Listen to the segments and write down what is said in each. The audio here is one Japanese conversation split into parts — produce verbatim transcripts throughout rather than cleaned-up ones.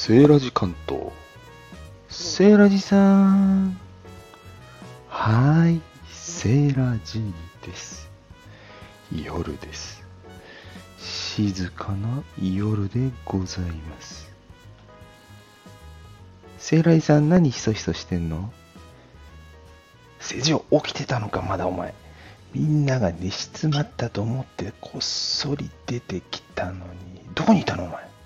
セーラジ関東。セーラジさん。はーい、セーラジです。夜です。静かな夜でございます。セーラジさん、何ひそひそしてんの？セジオ、起きてたのか、まだお前。みんなが寝静まったと思ってこっそり出てきたのに、どこにいたのお前。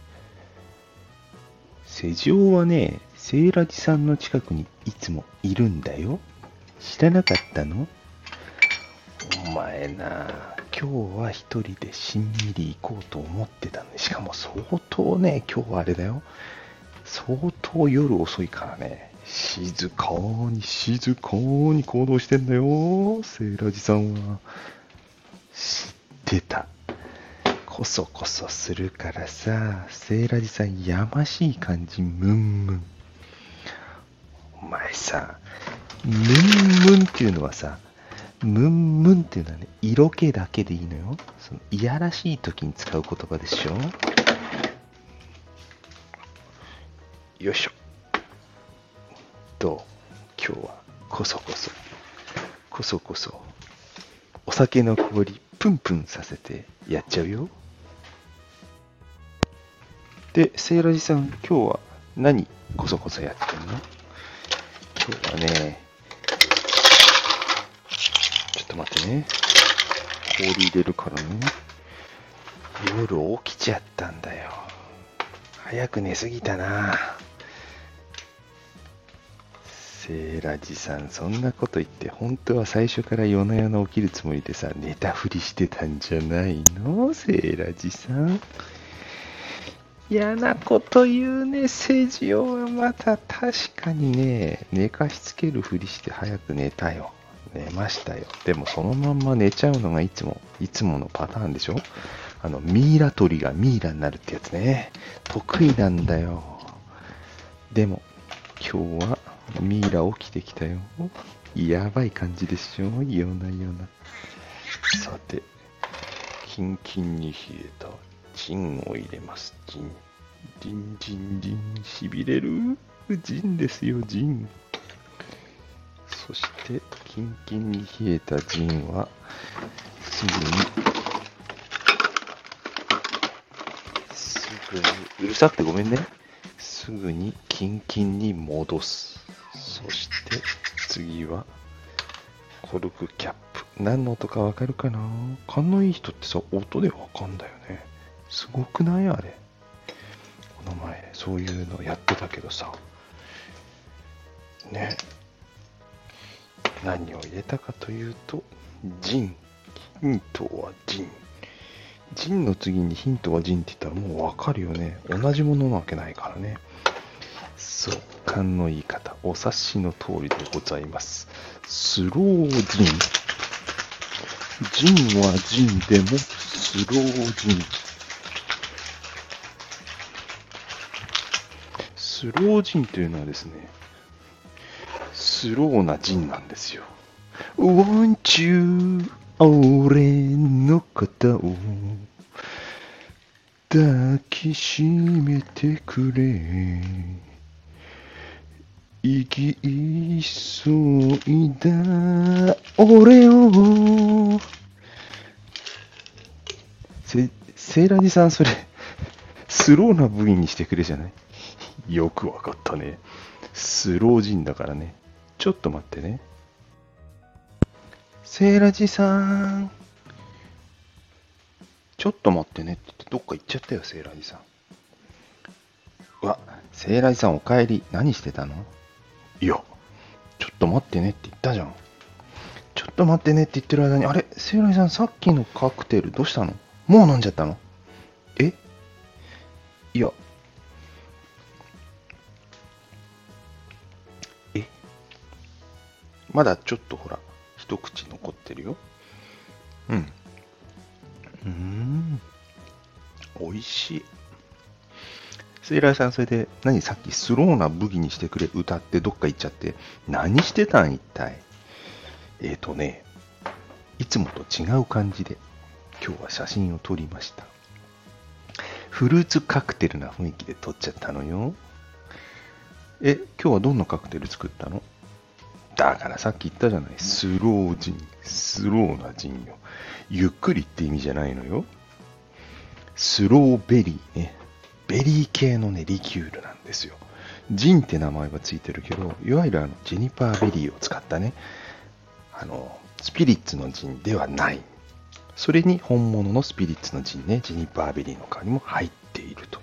セジオはね、セーラジさんの近くにいつもいるんだよ。知らなかったの？お前な、今日は一人でしんみり行こうと思ってたのに、しかも相当ね、今日はあれだよ。相当夜遅いからね、静かに静かに行動してんだよ、セーラジさんは。知ってた。こそこそするからさ、セーラジさんやましい感じムンムン。お前さ、ムンムンっていうのはさ、ムンムンっていうのはね、色気だけでいいのよ。そのいやらしい時に使う言葉でしょ。よいしょ。どう？今日はこそこそこそこそお酒の氷プンプンさせてやっちゃうよ。で、セーラジさん、今日は何こそこそやってんの？今日はね、ちょっと待ってね。氷入れるからね。夜起きちゃったんだよ。早く寝すぎたな。セーラジさん、そんなこと言って本当は最初から夜な夜な起きるつもりでさ、寝たふりしてたんじゃないの？セーラジさん。嫌なこと言うね、セジオはまた。確かにね、寝かしつけるふりして早く寝たよ。寝ましたよ。でもそのまんま寝ちゃうのがいつも、いつものパターンでしょ？あの、ミイラ取りがミイラになるってやつね。得意なんだよ。でも、今日はミイラ起きてきたよ。やばい感じでしょ？夜な夜な。さて、キンキンに冷えたジンを入れます。ジン。ジンジンジン。しびれる？ジンですよ、ジン。そして、キンキンに冷えたジンは、すぐに、すぐに、うるさくてごめんね。すぐにキンキンに戻す。そして、次は、コルクキャップ。何の音かわかるかな？勘のいい人ってさ、音でわかんだよね。すごくない？あれ。この前、そういうのやってたけどさ。ね。何を入れたかというと、ジン。ヒントはジン。ジンの次にヒントはジンって言ったらもうわかるよね。同じものなわけないからね。そう。勘のいい方。お察しの通りでございます。スロージン。ジンはジンでもスロージン。スロージンというのはですね、スローなジンなんですよ。Won't you 俺の肩を抱きしめてくれ、生き急いだ俺を。セセーラジさん、それスローな部位にしてくれじゃない？よくわかったね。スロージンだからね。ちょっと待ってね。セーラジさん。ちょっと待ってねって言ってどっか行っちゃったよ、セーラジさん。うわ、セーラジさんお帰り。何してたの？いや、ちょっと待ってねって言ったじゃん。ちょっと待ってねって言ってる間に、あれ、セーラジさん、さっきのカクテルどうしたの？もう飲んじゃったの？え？いや、え？まだちょっとほら、一口残ってるよ。うん。うーん。美味しい。セイラーさん、それで、何さっきスローなブギにしてくれ歌ってどっか行っちゃって、何してたん一体。えーとね、いつもと違う感じで、今日は写真を撮りました。フルーツカクテルな雰囲気で撮っちゃったのよ。 え、今日はどんなカクテル作ったの？だからさっき言ったじゃない。スロージン。スローなジンよ。ゆっくりって意味じゃないのよ。スローベリーね。ベリー系のね、リキュールなんですよ。ジンって名前はついてるけど、いわゆるあのジェニパーベリーを使ったね、あの、スピリッツのジンではない。それに本物のスピリッツのジンね、ジェニパーベリーの香りも入っているという。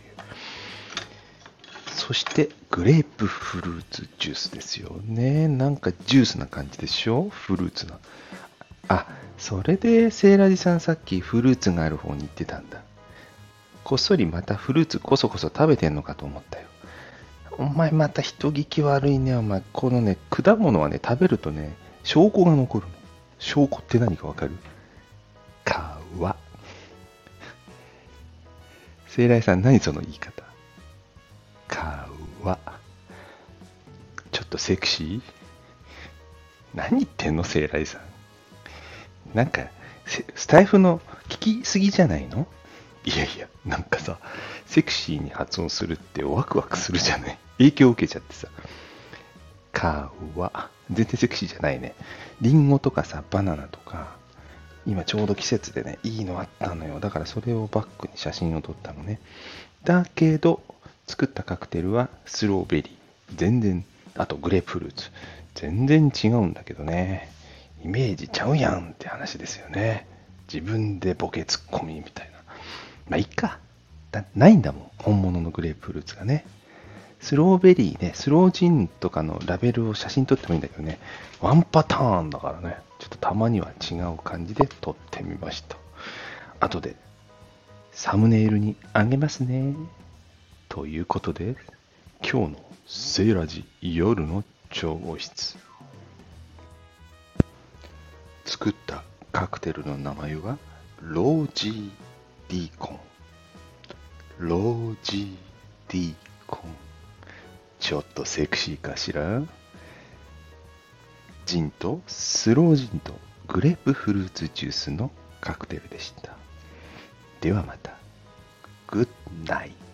そしてグレープフルーツジュースですよね。なんかジュースな感じでしょ？フルーツな。あ、それでセイラジさんさっきフルーツがある方に行ってたんだ。こっそりまたフルーツこそこそ食べてんのかと思ったよ。お前また人聞き悪いね。お前このね、果物はね、食べるとね、証拠が残るの。証拠って何かわかる？皮。セイラジさん何その言い方？皮。ちょっとセクシー？何言ってんのセイラジさん。なんか、スタイフの聞きすぎじゃないの？いやいや、なんかさ、セクシーに発音するってワクワクするじゃない。影響を受けちゃってさ。皮。全然セクシーじゃないね。リンゴとかさ、バナナとか、今ちょうど季節でね、いいのあったのよ。だからそれをバックに写真を撮ったのね。だけど、作ったカクテルはスローベリー。全然、あとグレープフルーツ。全然違うんだけどね。イメージちゃうやんって話ですよね。自分でボケツッコミみたいな。まあいいか。だないんだもん。本物のグレープフルーツがね。スローベリーね、スロージンとかのラベルを写真撮ってもいいんだけどね。ワンパターンだからね。ちょっとたまには違う感じで撮ってみました。後でサムネイルにあげますね。ということで、今日のセイラジ夜の調合室。作ったカクテルの名前はロージーディーコン。ロージーディーコン。ちょっとセクシーかしら？ジンとスロージンとグレープフルーツジュースのカクテルでした。ではまた。グッナイト。